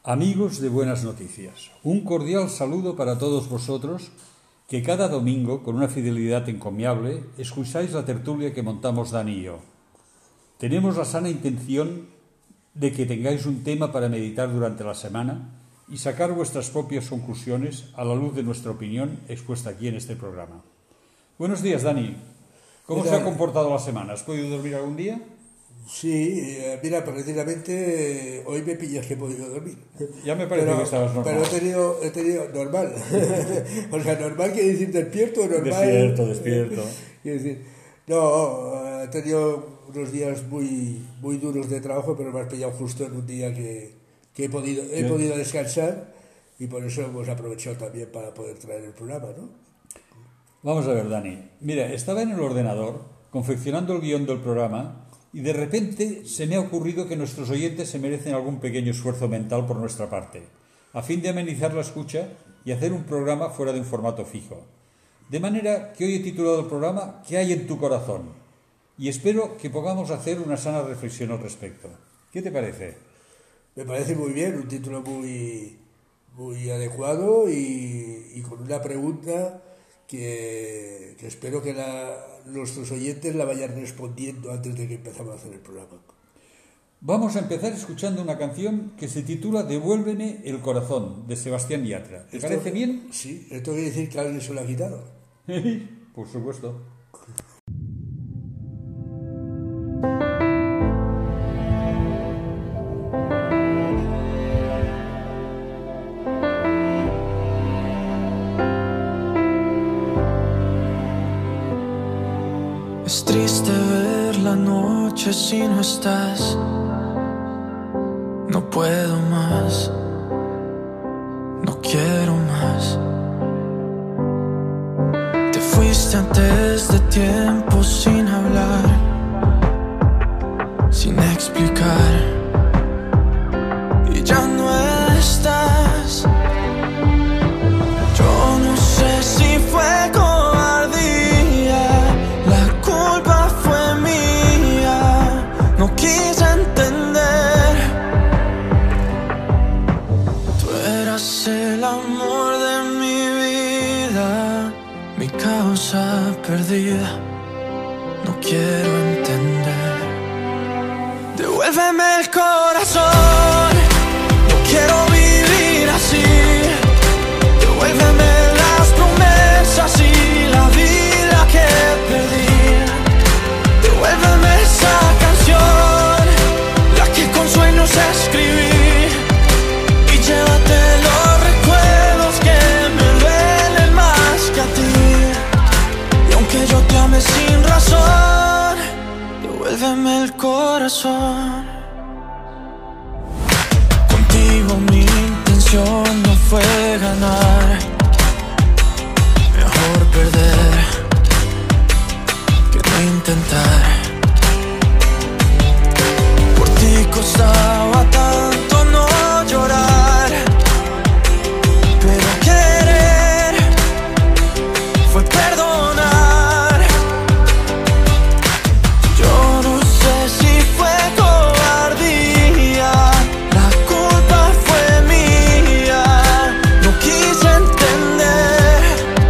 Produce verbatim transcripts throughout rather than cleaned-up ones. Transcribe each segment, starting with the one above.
Amigos de Buenas Noticias, un cordial saludo para todos vosotros que cada domingo, con una fidelidad encomiable, escucháis la tertulia que montamos Dani y yo. Tenemos la sana intención de que tengáis un tema para meditar durante la semana y sacar vuestras propias conclusiones a la luz de nuestra opinión expuesta aquí en este programa. Buenos días, Dani. ¿Cómo se ha comportado la semana? ¿Has podido dormir algún día? Sí, eh, mira, precisamente eh, hoy me pillas que he podido dormir. Ya me parece pero, que estabas normal. Pero he tenido, he tenido normal. O sea, normal quiere decir despierto, normal. Despierto, despierto. Quiere decir, no, he tenido unos días muy, muy duros de trabajo, pero me has pillado justo en un día que, que he podido, he podido descansar y por eso hemos aprovechado también para poder traer el programa, ¿no? Vamos a ver, Dani. Mira, estaba en el ordenador confeccionando el guión del programa y de repente se me ha ocurrido que nuestros oyentes se merecen algún pequeño esfuerzo mental por nuestra parte, a fin de amenizar la escucha y hacer un programa fuera de un formato fijo. De manera que hoy he titulado el programa ¿Qué hay en tu corazón? Y espero que podamos hacer una sana reflexión al respecto. ¿Qué te parece? Me parece muy bien, un título muy, muy adecuado y, y con una pregunta que, que espero que la, nuestros oyentes la vayan respondiendo antes de que empezamos a hacer el programa. Vamos a empezar escuchando una canción que se titula Devuélveme el corazón, de Sebastián Yatra. ¿Te ¿Esto, parece bien? Sí, esto quiere decir que alguien se lo ha quitado. Por supuesto. Es triste ver la noche si no estás. No puedo más, no quiero más. Te fuiste antes de tiempo sin hablar, sin explicar, y ya no estás. Yo no sé si fue cobardía, la culpa fue mía, no quise entender. Tú eras el amor de mi vida, mi causa perdida, no quiero entender. Devuélveme el corazón, no quiero vivir así. Devuélveme las promesas y la vida que perdí. Devuélveme esa canción, la que con sueños escribí. Y llévate los recuerdos que me duelen más que a ti. Y aunque yo te ame sin razón, devuélveme el corazón. Contigo mi intención no fue ganar, mejor perder que no intentar. Por ti costaba tanto no llorar, pero querer fue perdonar. Yo no sé si fue cobardía, la culpa fue mía, no quise entender.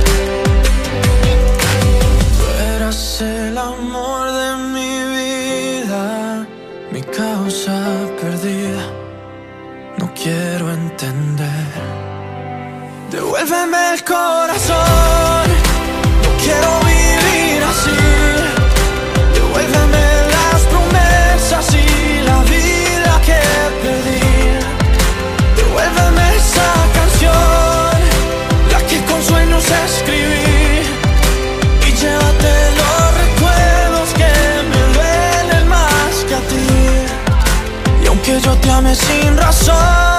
Tú eras el amor de mi vida, mi causa perdida, no quiero entender. Devuélveme el corazón, no quiero vivir así. Devuélveme las promesas y la vida que perdí. Devuélveme esa canción, la que con sueños escribí. Y llévate los recuerdos que me duelen más que a ti. Y aunque yo te ame sin razón,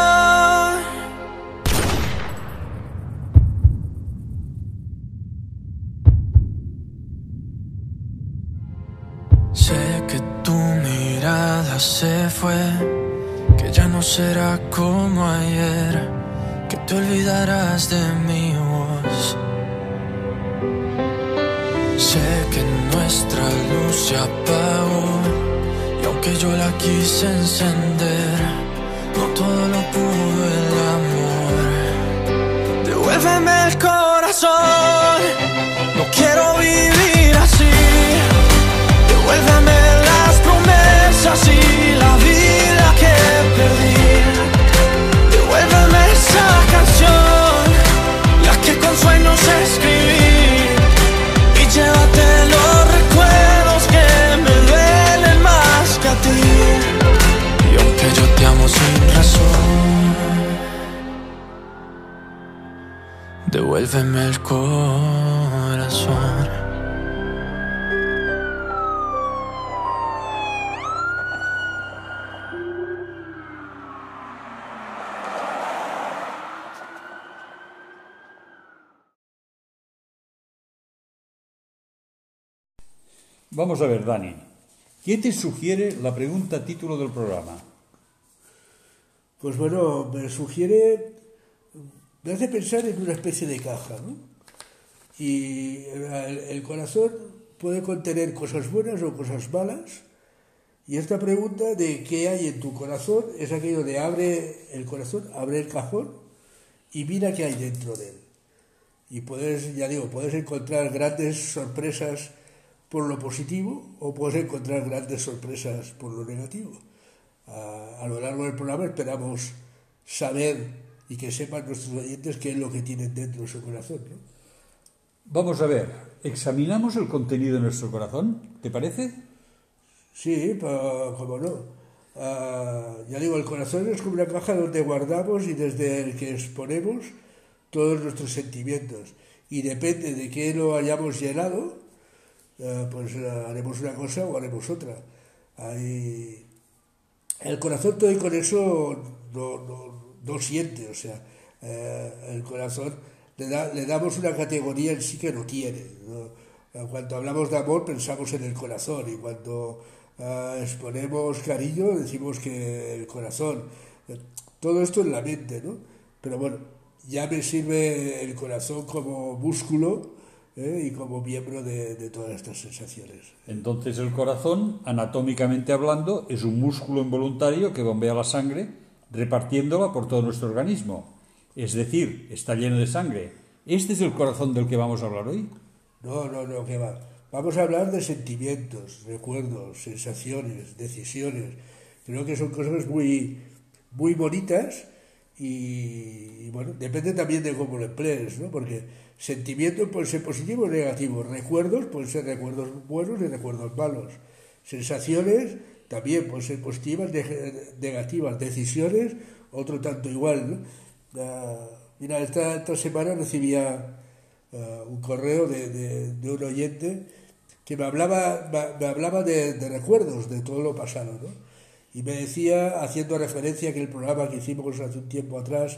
sé que tu mirada se fue, que ya no será como ayer, que te olvidarás de mi voz. Sé que nuestra luz se apagó y aunque yo la quise encender, no todo lo pude corazón. No quiero vivir así. Devuélveme las promesas y la vida que perdí. Devuélveme esa canción, la que con sueños escribí. Y llévate los recuerdos que me duelen más que a ti. Y aunque yo te amo sin razón, devuélveme el corazón. Vamos a ver, Dani, ¿qué te sugiere la pregunta título del programa? Pues bueno, me sugiere, me hace pensar en una especie de caja, ¿no? Y el, el corazón puede contener cosas buenas o cosas malas, y esta pregunta de qué hay en tu corazón es aquello de abre el corazón, abre el cajón y mira qué hay dentro de él. Y puedes, ya digo, puedes encontrar grandes sorpresas por lo positivo o puedes encontrar grandes sorpresas por lo negativo. A, a lo largo del programa esperamos saber y que sepan nuestros oyentes qué es lo que tienen dentro de su corazón, ¿no? Vamos a ver, ¿examinamos el contenido de nuestro corazón? ¿Te parece? Sí, pero cómo no. Uh, ya digo, el corazón es como una caja donde guardamos y desde el que exponemos todos nuestros sentimientos. Y depende de qué lo hayamos llenado, Uh, pues uh, haremos una cosa o haremos otra. Hay... El corazón todo y con eso no, no, no siente, o sea, uh, el corazón le, da, le damos una categoría en sí que no tiene, ¿no? Cuando hablamos de amor pensamos en el corazón y cuando uh, exponemos cariño decimos que el corazón, todo esto en la mente, ¿no? Pero bueno, ya me sirve el corazón como músculo, ¿eh? Y como miembro de, de todas estas sensaciones. Entonces el corazón, anatómicamente hablando, es un músculo involuntario que bombea la sangre repartiéndola por todo nuestro organismo. Es decir, está lleno de sangre. ¿Este es el corazón del que vamos a hablar hoy? No, no, no, que va. Vamos a hablar de sentimientos, recuerdos, sensaciones, decisiones. Creo que son cosas muy, muy bonitas y, y bueno, depende también de cómo lo emplees, ¿no? Porque sentimientos pueden ser positivos o negativos, recuerdos pueden ser recuerdos buenos y recuerdos malos, sensaciones también pueden ser positivas, negativas, decisiones, otro tanto igual, ¿no? Uh, mira, esta, esta semana recibía uh, un correo de, de, de un oyente que me hablaba, me, me hablaba de, de recuerdos, de todo lo pasado, ¿no? Y me decía, haciendo referencia a aquel programa que hicimos hace un tiempo atrás,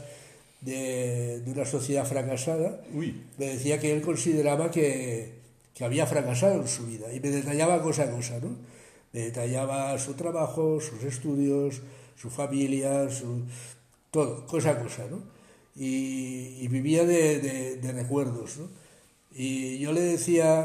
De, de una sociedad fracasada, Uy. me decía que él consideraba que, que había fracasado en su vida y me detallaba cosa a cosa, ¿no? Me detallaba su trabajo, sus estudios, su familia, su, todo, cosa a cosa, ¿no? Y, y vivía de, de, de recuerdos, ¿no? Y yo le decía,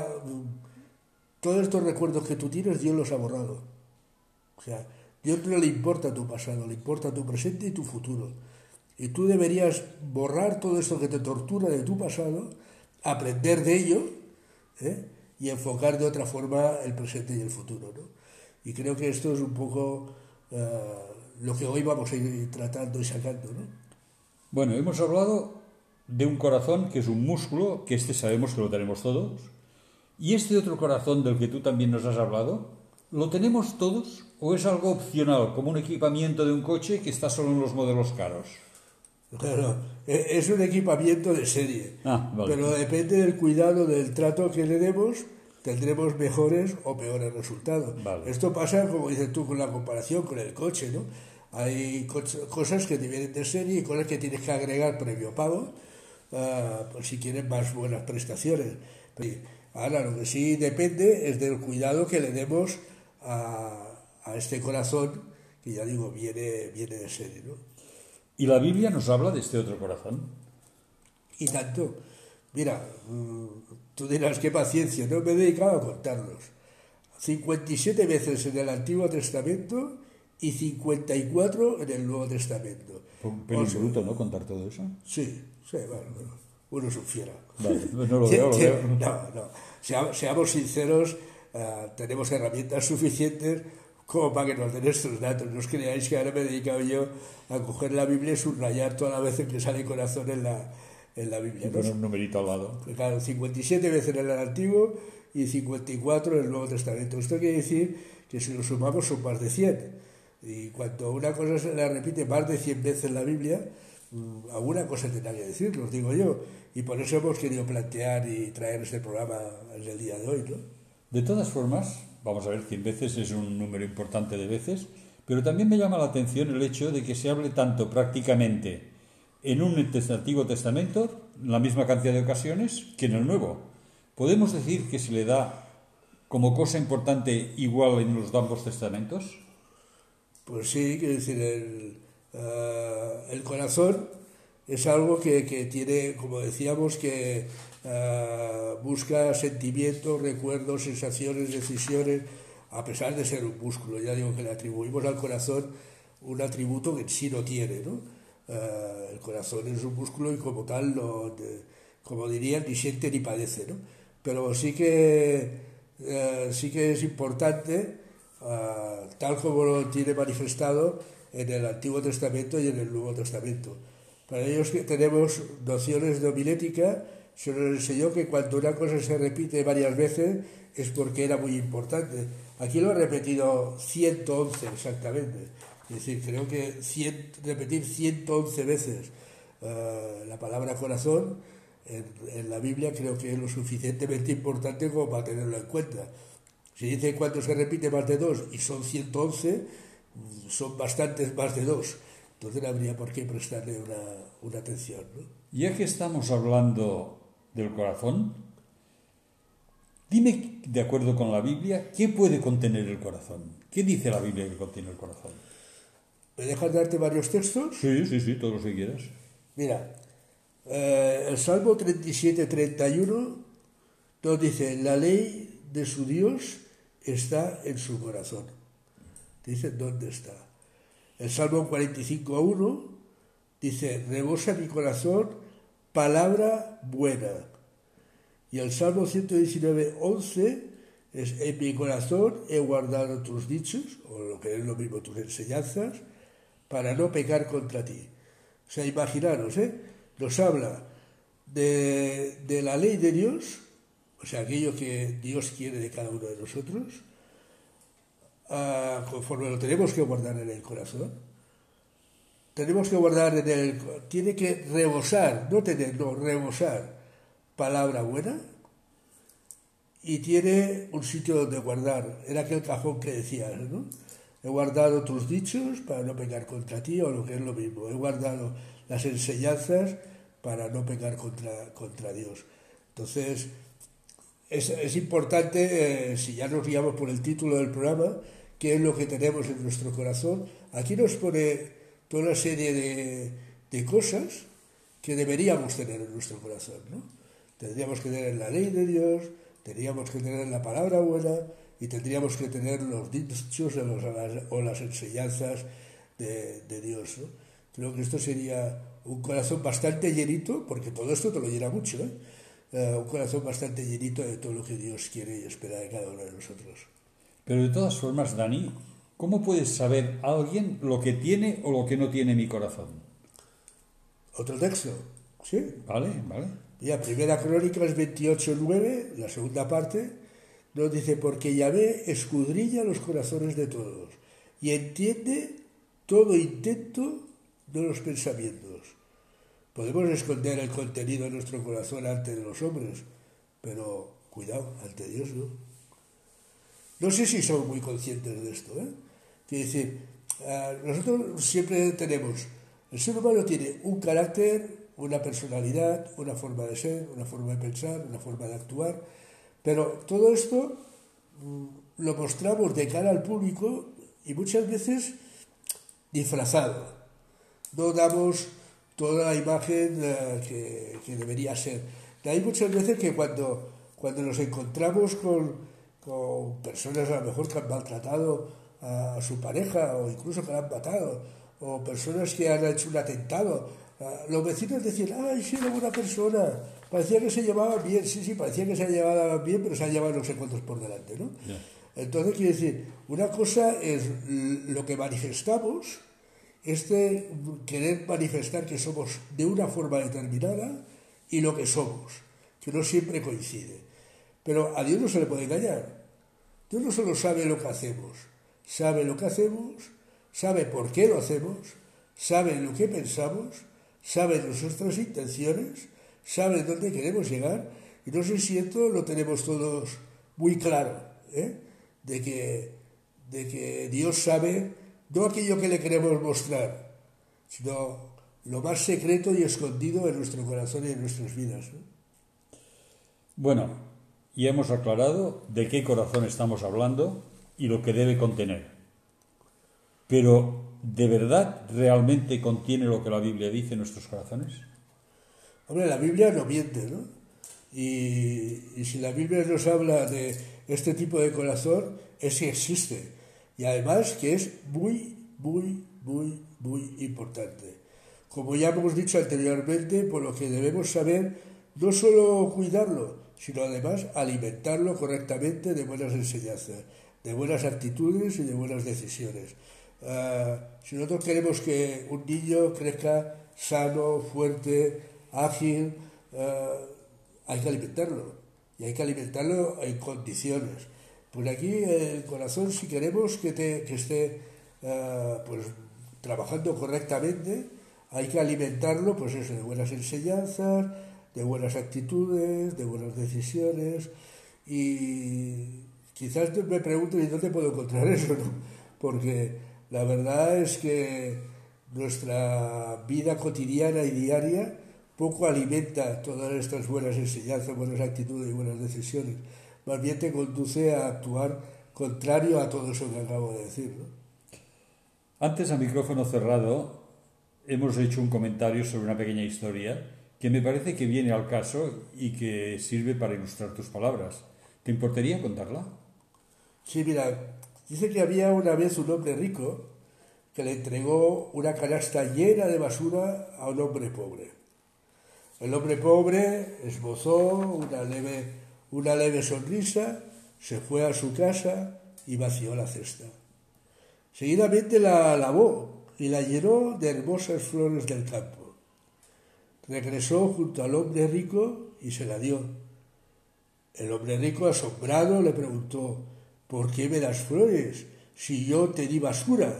todos estos recuerdos que tú tienes, Dios los ha borrado. O sea, Dios no le importa tu pasado, le importa tu presente y tu futuro. Y tú deberías borrar todo esto que te tortura de tu pasado, aprender de ello, ¿eh? Y enfocar de otra forma el presente y el futuro, ¿no? Y creo que esto es un poco uh, lo que hoy vamos a ir tratando y sacando, ¿no? Bueno, hemos hablado de un corazón que es un músculo, que este sabemos que lo tenemos todos, y este otro corazón del que tú también nos has hablado, ¿lo tenemos todos o es algo opcional, como un equipamiento de un coche que está solo en los modelos caros? Claro, es un equipamiento de serie, ah, vale. Pero depende del cuidado, del trato que le demos, tendremos mejores o peores resultados. Vale. Esto pasa, como dices tú, con la comparación con el coche, ¿no? Hay co- cosas que te vienen de serie y cosas que tienes que agregar previo pago, uh, por si quieres más buenas prestaciones. Ahora, lo que sí depende es del cuidado que le demos a, a este corazón, que ya digo, viene, viene de serie, ¿no? ¿Y la Biblia nos habla de este otro corazón? Y tanto. Mira, tú dirás qué paciencia, no me he dedicado a contarlos. cincuenta y siete veces en el Antiguo Testamento y cincuenta y cuatro en el Nuevo Testamento. Un pelín bruto, ¿no?, contar todo eso. Sí, sí, bueno, bueno. uno es un fiera. Vale, pues no lo veo, lo veo. No, no. Sea, seamos sinceros, uh, tenemos herramientas suficientes como para que nos den estos datos. No os creáis que ahora me he dedicado yo a coger la Biblia y subrayar todas las veces que sale corazón en la, en la Biblia. Y con un numerito al lado. Claro, cincuenta y siete veces en el Antiguo y cincuenta y cuatro en el Nuevo Testamento. Esto quiere decir que si lo sumamos son más de cien. Y cuando una cosa se la repite más de cien veces en la Biblia, alguna cosa tendrá que decir, os digo yo. Y por eso hemos querido plantear y traer este programa en el día de hoy, ¿no? De todas formas, vamos a ver, cien veces es un número importante de veces, pero también me llama la atención el hecho de que se hable tanto prácticamente en un Antiguo Testamento, en la misma cantidad de ocasiones, que en el Nuevo. ¿Podemos decir que se le da como cosa importante igual en los ambos testamentos? Pues sí, quiero decir, el, uh, el corazón es algo que, que tiene, como decíamos, que uh, busca sentimientos, recuerdos, sensaciones, decisiones, a pesar de ser un músculo. Ya digo que le atribuimos al corazón un atributo que en sí no tiene, ¿no? Uh, el corazón es un músculo y como tal, no, de, como dirían, ni siente ni padece, ¿no? Pero sí que, uh, sí que es importante, uh, tal como lo tiene manifestado en el Antiguo Testamento y en el Nuevo Testamento. Para ellos que tenemos nociones de homilética, se nos enseñó que cuando una cosa se repite varias veces es porque era muy importante. Aquí lo he repetido ciento once exactamente. Es decir, creo que cien, repetir ciento once veces uh, la palabra corazón en, en la Biblia creo que es lo suficientemente importante como para tenerlo en cuenta. Si dice cuando se repite más de dos y son ciento once, son bastantes más de dos. Entonces no habría por qué prestarle una, una atención, ¿no? Ya que estamos hablando del corazón, dime, de acuerdo con la Biblia, ¿qué puede contener el corazón? ¿Qué dice la Biblia que contiene el corazón? ¿Me dejas darte varios textos? Sí, sí, sí, todos los que quieras. Mira, eh, el Salmo treinta y siete, treinta y uno nos dice, la ley de su Dios está en su corazón. Dice, ¿dónde está? El Salmo cuarenta y cinco, uno dice, rebosa mi corazón palabra buena. Y el Salmo ciento diecinueve, once es, en mi corazón he guardado tus dichos, o lo que es lo mismo, tus enseñanzas, para no pecar contra ti. O sea, imaginaros, ¿eh? Nos habla de, de la ley de Dios, o sea, aquello que Dios quiere de cada uno de nosotros, Uh, conforme lo tenemos que guardar en el corazón, tenemos que guardar en el, tiene que rebosar, no tener, no, rebosar palabra buena, y tiene un sitio donde guardar, era aquel cajón que decías, ¿no? He guardado tus dichos para no pecar contra ti, o lo que es lo mismo, he guardado las enseñanzas para no pecar contra, contra Dios. Entonces, es, es importante, eh, si ya nos guiamos por el título del programa, qué es lo que tenemos en nuestro corazón. Aquí nos pone toda una serie de, de cosas que deberíamos tener en nuestro corazón, ¿no? Tendríamos que tener la ley de Dios, tendríamos que tener la palabra buena y tendríamos que tener los dichos o, los, o las enseñanzas de, de Dios, ¿no? Creo que esto sería un corazón bastante llenito, porque todo esto te lo llena mucho, ¿eh? Uh, un corazón bastante llenito de todo lo que Dios quiere y espera de cada uno de nosotros. Pero de todas formas, Dani, ¿cómo puedes saber a alguien lo que tiene o lo que no tiene mi corazón? Otro texto, ¿sí? Vale, vale. Ya, Primera Crónicas veintiocho, nueve, la segunda parte, nos dice, porque Yahvé escudriña los corazones de todos y entiende todo intento de los pensamientos. Podemos esconder el contenido de nuestro corazón ante los hombres, pero cuidado, ante Dios no. No sé si somos muy conscientes de esto, ¿eh? Quiere decir, nosotros siempre tenemos, el ser humano tiene un carácter, una personalidad, una forma de ser, una forma de pensar, una forma de actuar, pero todo esto lo mostramos de cara al público y muchas veces disfrazado. No damos toda la imagen uh, que, que debería ser. Hay muchas veces que cuando, cuando nos encontramos con, con personas a lo mejor que han maltratado a, a su pareja o incluso que la han matado, o personas que han hecho un atentado Los vecinos decían, ay, sí, era buena persona, parecía que se llevaban bien, sí, sí, parecía que se llevaban bien, pero se han llevado no sé cuántos por delante, ¿no? Yeah. Entonces, quiere decir, una cosa es lo que manifestamos, este querer manifestar que somos de una forma determinada y lo que somos, que no siempre coincide. Pero a Dios no se le puede engañar. Dios no solo sabe lo que hacemos, sabe lo que hacemos, sabe por qué lo hacemos, sabe lo que pensamos, sabe nuestras intenciones, sabe dónde queremos llegar, y no sé si esto lo tenemos todos muy claro, ¿eh? de, que, de que Dios sabe no aquello que le queremos mostrar, sino lo más secreto y escondido en nuestro corazón y en nuestras vidas, ¿no? Bueno, ya hemos aclarado de qué corazón estamos hablando y lo que debe contener. Pero, ¿de verdad realmente contiene lo que la Biblia dice en nuestros corazones? Hombre, la Biblia no miente, ¿no? Y, y si la Biblia nos habla de este tipo de corazón, es que existe. Y además que es muy, muy, muy, muy importante. Como ya hemos dicho anteriormente, por lo que debemos saber, no solo cuidarlo, sino además alimentarlo correctamente de buenas enseñanzas, de buenas actitudes y de buenas decisiones. Uh, si nosotros queremos que un niño crezca sano, fuerte, ágil, uh, hay que alimentarlo, y hay que alimentarlo en condiciones. Pues aquí el corazón, si queremos que, te, que esté uh, pues, trabajando correctamente, hay que alimentarlo pues eso, de buenas enseñanzas, de buenas actitudes, de buenas decisiones. Y quizás me pregunto, ¿y dónde puedo encontrar eso? ¿No? Porque la verdad es que nuestra vida cotidiana y diaria poco alimenta todas estas buenas enseñanzas, buenas actitudes y buenas decisiones. Más bien te conduce a actuar contrario a todo eso que acabo de decir, ¿no? Antes, a micrófono cerrado, hemos hecho un comentario sobre una pequeña historia que me parece que viene al caso y que sirve para ilustrar tus palabras. ¿Te importaría contarla? Sí, mira, dice que había una vez un hombre rico que le entregó una canasta llena de basura a un hombre pobre. El hombre pobre esbozó una leve, una leve sonrisa, se fue a su casa y vació la cesta. Seguidamente la lavó y la llenó de hermosas flores del campo. Regresó junto al hombre rico y se la dio. El hombre rico, asombrado, le preguntó: ¿por qué me das flores si yo te di basura?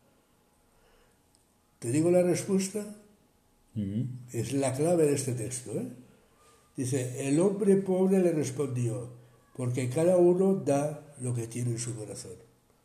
¿Te digo la respuesta? Uh-huh. Es la clave de este texto, ¿eh? Dice, el hombre pobre le respondió: porque cada uno da lo que tiene en su corazón.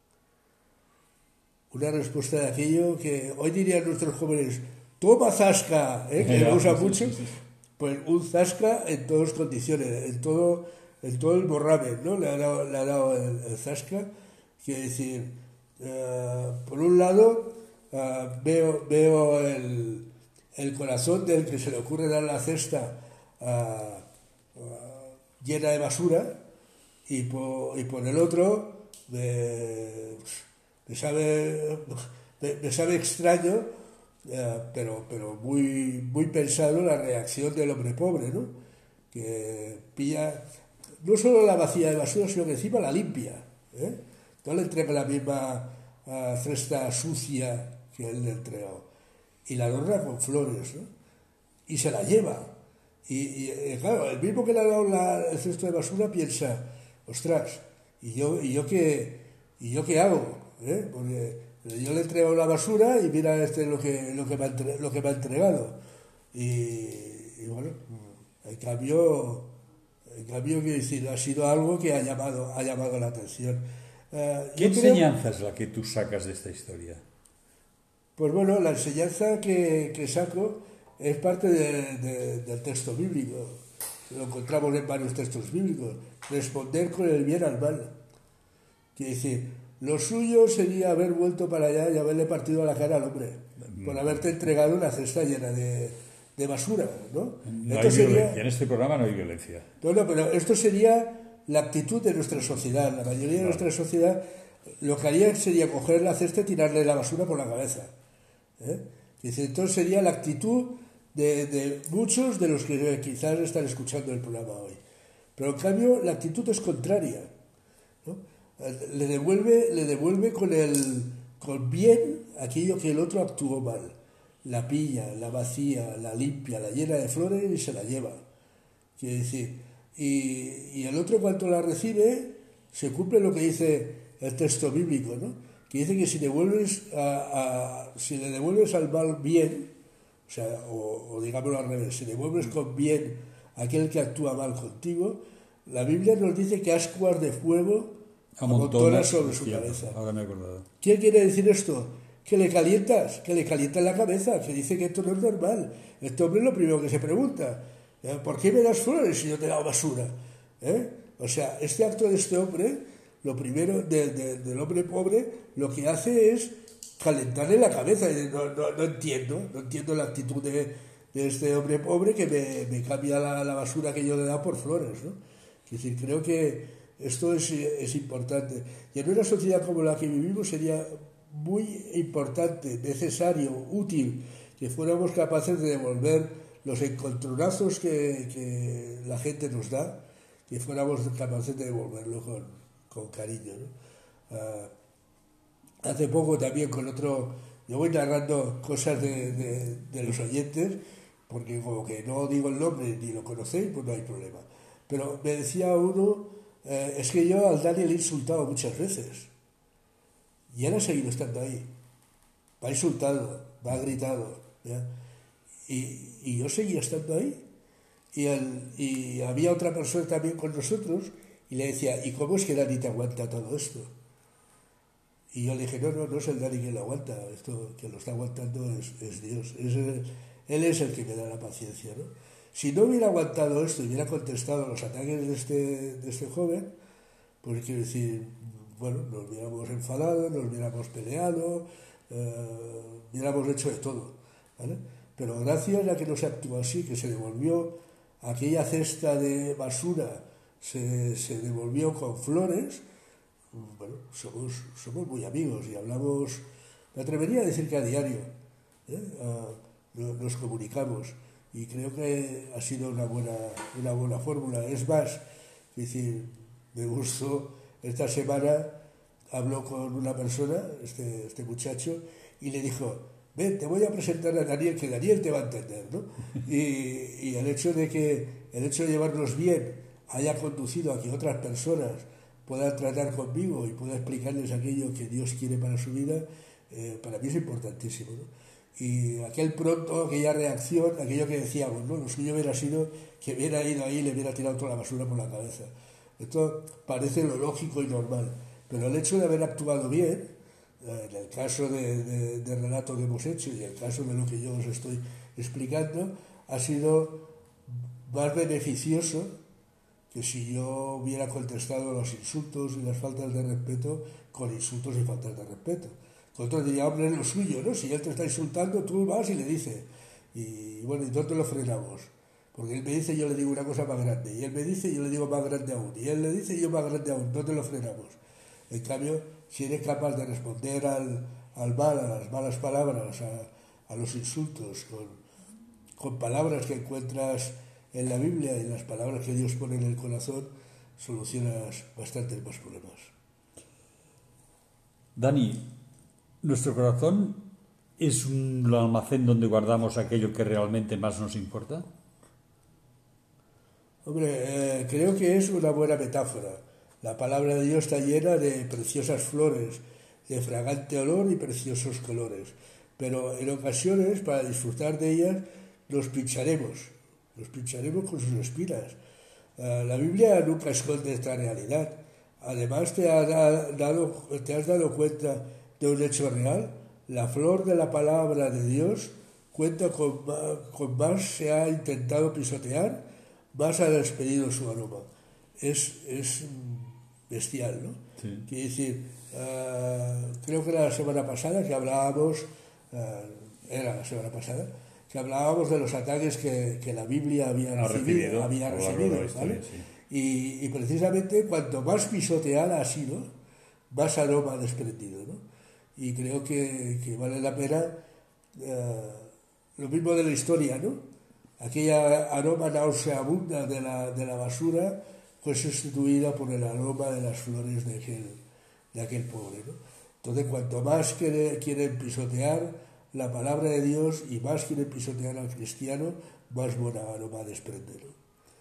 Una respuesta de aquello que hoy dirían nuestros jóvenes: toma zasca, ¿eh? Que lo usa mucho. Pues un zasca en todas condiciones, en todo, en todo el borramen, ¿no? Le ha dado, le ha dado el, el zasca. Quiere decir, uh, por un lado, uh, veo, veo el, el corazón del que se le ocurre dar la cesta uh, uh, llena de basura, y por, y por el otro, me, me, sabe, me, me sabe extraño. Uh, pero, pero muy, muy pensado la reacción del hombre pobre, ¿no? Que pilla no solo la vacía de basura, sino que encima la limpia, ¿eh? No le entrega la misma uh, cesta sucia que él le ha entregado, y la adorna con flores, ¿no? Y se la lleva, y, y, y claro, el mismo que le ha dado la, el cesto de basura piensa: ostras, ¿y yo, y yo, qué, y yo qué hago? ¿Eh? Porque yo le he entregado la basura y mira este lo que, lo que, me, ha entre, lo que me ha entregado. Y, y bueno, en cambio, en cambio quiero decir, ha sido algo que ha llamado, ha llamado la atención. Uh, ¿Qué enseñanza creo, es la que tú sacas de esta historia? Pues bueno, la enseñanza que, que saco es parte de, de, del texto bíblico. Lo encontramos en varios textos bíblicos. Responder con el bien al mal. Quiere decir, lo suyo sería haber vuelto para allá y haberle partido la cara al hombre por haberte entregado una cesta llena de, de basura, ¿no? No hay sería, violencia. En este programa no hay violencia. No, no, pero esto sería la actitud de nuestra sociedad. La mayoría de nuestra sociedad lo que haría sería coger la cesta y tirarle la basura por la cabeza, ¿eh? Dice, entonces sería la actitud de, de muchos de los que quizás están escuchando el programa hoy. Pero en cambio la actitud es contraria, ¿no? Le devuelve, le devuelve con, el, con bien aquello que el otro actuó mal. La pilla, la vacía, la limpia, la llena de flores y se la lleva. Quiere decir, y, y el otro cuando la recibe se cumple lo que dice el texto bíblico, ¿no? Que dice que si devuelves a, a, si le devuelves al mal bien, o sea, o, o digámoslo al revés, si devuelves con bien a aquel que actúa mal contigo, la Biblia nos dice que ascuas de fuego amontonas sobre su cabeza. Ahora me he acordado. ¿Qué quiere decir esto? Que le calientas, que le calientas la cabeza, que dice que esto no es normal. Este hombre es lo primero que se pregunta, ¿eh? ¿Por qué me das flores si yo te he dado basura? ¿Eh? O sea, este acto de este hombre, lo primero de, de, del hombre pobre, lo que hace es calentarle la cabeza. No, no, no entiendo, no entiendo la actitud de, de este hombre pobre que me, me cambia la, la basura que yo le he dado por flores, ¿no? Es decir, creo que esto es, es importante. Y en una sociedad como la que vivimos sería muy importante, necesario, útil, que fuéramos capaces de devolver los encontronazos que, que la gente nos da, que fuéramos capaces de devolverlo con, con cariño, ¿no? Uh, hace poco también con otro, yo voy narrando cosas de, de, de los oyentes, porque como que no digo el nombre ni lo conocéis, pues no hay problema. Pero me decía uno, eh, es que yo al Dani le he insultado muchas veces. Y él ha seguido estando ahí. Me ha insultado, me ha gritado. ¿Ya? Y, y yo seguía estando ahí. Y, el, y había otra persona también con nosotros y le decía, ¿y cómo es que Dani te aguanta todo esto? Y yo le dije, no, no, no es el Dani quien lo aguanta. Esto que lo está aguantando es, es Dios. Es el, él es el que me da la paciencia, ¿no? Si no hubiera aguantado esto y hubiera contestado los ataques de este, de este joven, pues quiero decir, bueno, nos hubiéramos enfadado, nos hubiéramos peleado, eh, hubiéramos hecho de todo, ¿vale? Pero gracias a que no se actuó así, que se devolvió aquella cesta de basura, se, se devolvió con flores, bueno, somos, somos muy amigos y hablamos, me atrevería a decir que a diario, ¿eh? a, nos comunicamos. Y creo que ha sido una buena, una buena fórmula. Es más, es decir, me gustó, esta semana habló con una persona, este, este muchacho, y le dijo, ven, te voy a presentar a Daniel, que Daniel te va a entender, ¿no? Y, y el hecho de que, el hecho de llevarnos bien haya conducido a que otras personas puedan tratar conmigo y pueda explicarles aquello que Dios quiere para su vida, eh, para mí es importantísimo, ¿no? Y aquel pronto, aquella reacción, aquello que decíamos, ¿no? Lo suyo hubiera sido que hubiera ido ahí y le hubiera tirado toda la basura por la cabeza. Esto parece lo lógico y normal, pero el hecho de haber actuado bien, en el caso de, de, de relato que hemos hecho y en el caso de lo que yo os estoy explicando, ha sido más beneficioso que si yo hubiera contestado los insultos y las faltas de respeto con insultos y faltas de respeto. Otro diría, hombre, es lo suyo, ¿no? Si él te está insultando, tú vas y le dices. Y bueno, ¿y dónde lo frenamos? Porque él me dice, yo le digo una cosa más grande. Y él me dice, yo le digo más grande aún. Y él le dice, yo más grande aún. ¿Dónde lo frenamos? En cambio, si eres capaz de responder al, al mal, a las malas palabras, a, a los insultos, con, con palabras que encuentras en la Biblia y las palabras que Dios pone en el corazón, solucionas bastantes más problemas. Dani, ¿nuestro corazón es un almacén donde guardamos aquello que realmente más nos importa? Hombre, eh, creo que es una buena metáfora. La palabra de Dios está llena de preciosas flores, de fragante olor y preciosos colores. Pero en ocasiones, para disfrutar de ellas, nos pincharemos. Nos pincharemos con sus espinas. Eh, la Biblia nunca esconde esta realidad. Además, te, ha dado, te has dado cuenta de un hecho real. La flor de la palabra de Dios cuenta con, con más se ha intentado pisotear, más ha despedido su aroma. Es, es bestial, ¿no? Sí. Quiere decir, uh, creo que era la semana pasada que hablábamos, uh, era la semana pasada, que hablábamos de los ataques que, que la Biblia había ha recibido, recibido, había recibido, historia, ¿vale? Sí. Y, y precisamente cuanto más pisoteada ha sido, más aroma ha desprendido, ¿no? Y creo que, que vale la pena eh, lo mismo de la historia, ¿no? Aquella aroma nauseabunda de la, de la basura fue sustituida por el aroma de las flores de aquel, de aquel pobre, ¿no? Entonces, cuanto más quiere, quieren pisotear la palabra de Dios y más quieren pisotear al cristiano, más buen aroma desprende, ¿no?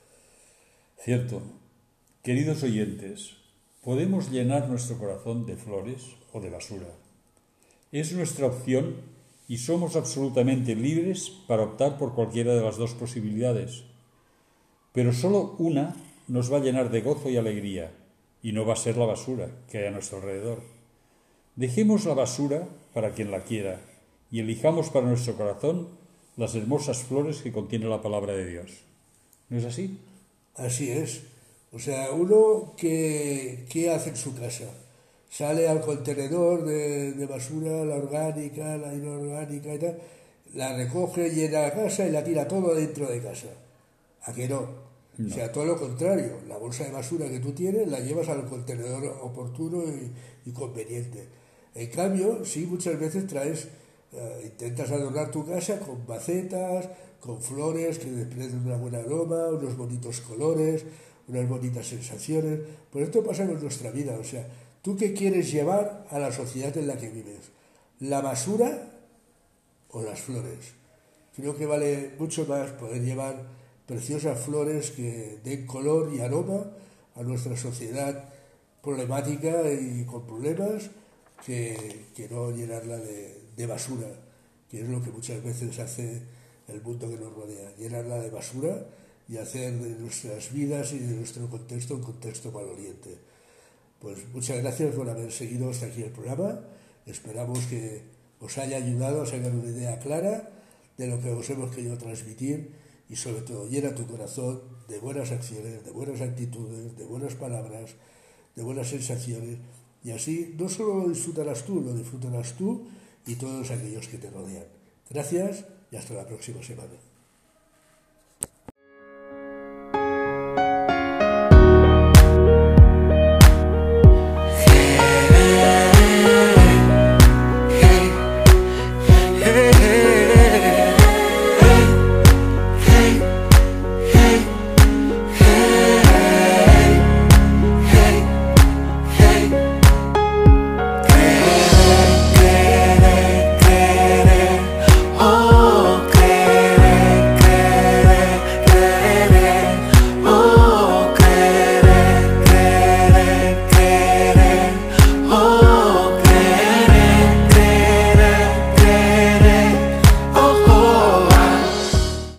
Cierto. Queridos oyentes, podemos llenar nuestro corazón de flores o de basura. Es nuestra opción y somos absolutamente libres para optar por cualquiera de las dos posibilidades. Pero solo una nos va a llenar de gozo y alegría, y no va a ser la basura que hay a nuestro alrededor. Dejemos la basura para quien la quiera y elijamos para nuestro corazón las hermosas flores que contiene la palabra de Dios. ¿No es así? Así es. O sea, uno que, ¿qué hace en su casa? Sale al contenedor de, de basura, la orgánica, la inorgánica y tal, la recoge, llena la casa y la tira todo dentro de casa. ¿A qué no? No. O sea, todo lo contrario. La bolsa de basura que tú tienes la llevas al contenedor oportuno y, y conveniente. En cambio, sí, muchas veces traes, uh, intentas adornar tu casa con macetas, con flores que desprenden una buena aroma, unos bonitos colores, unas bonitas sensaciones. Pues esto pasa con nuestra vida. O sea, ¿tú qué quieres llevar a la sociedad en la que vives? ¿La basura o las flores? Creo que vale mucho más poder llevar preciosas flores que den color y aroma a nuestra sociedad problemática y con problemas que, que no llenarla de, de basura, que es lo que muchas veces hace el mundo que nos rodea, llenarla de basura y hacer de nuestras vidas y de nuestro contexto un contexto maloliente. Pues muchas gracias por haber seguido hasta aquí el programa. Esperamos que os haya ayudado a sacar una idea clara de lo que os hemos querido transmitir y sobre todo llena tu corazón de buenas acciones, de buenas actitudes, de buenas palabras, de buenas sensaciones, y así no solo lo disfrutarás tú, lo disfrutarás tú y todos aquellos que te rodean. Gracias y hasta la próxima semana.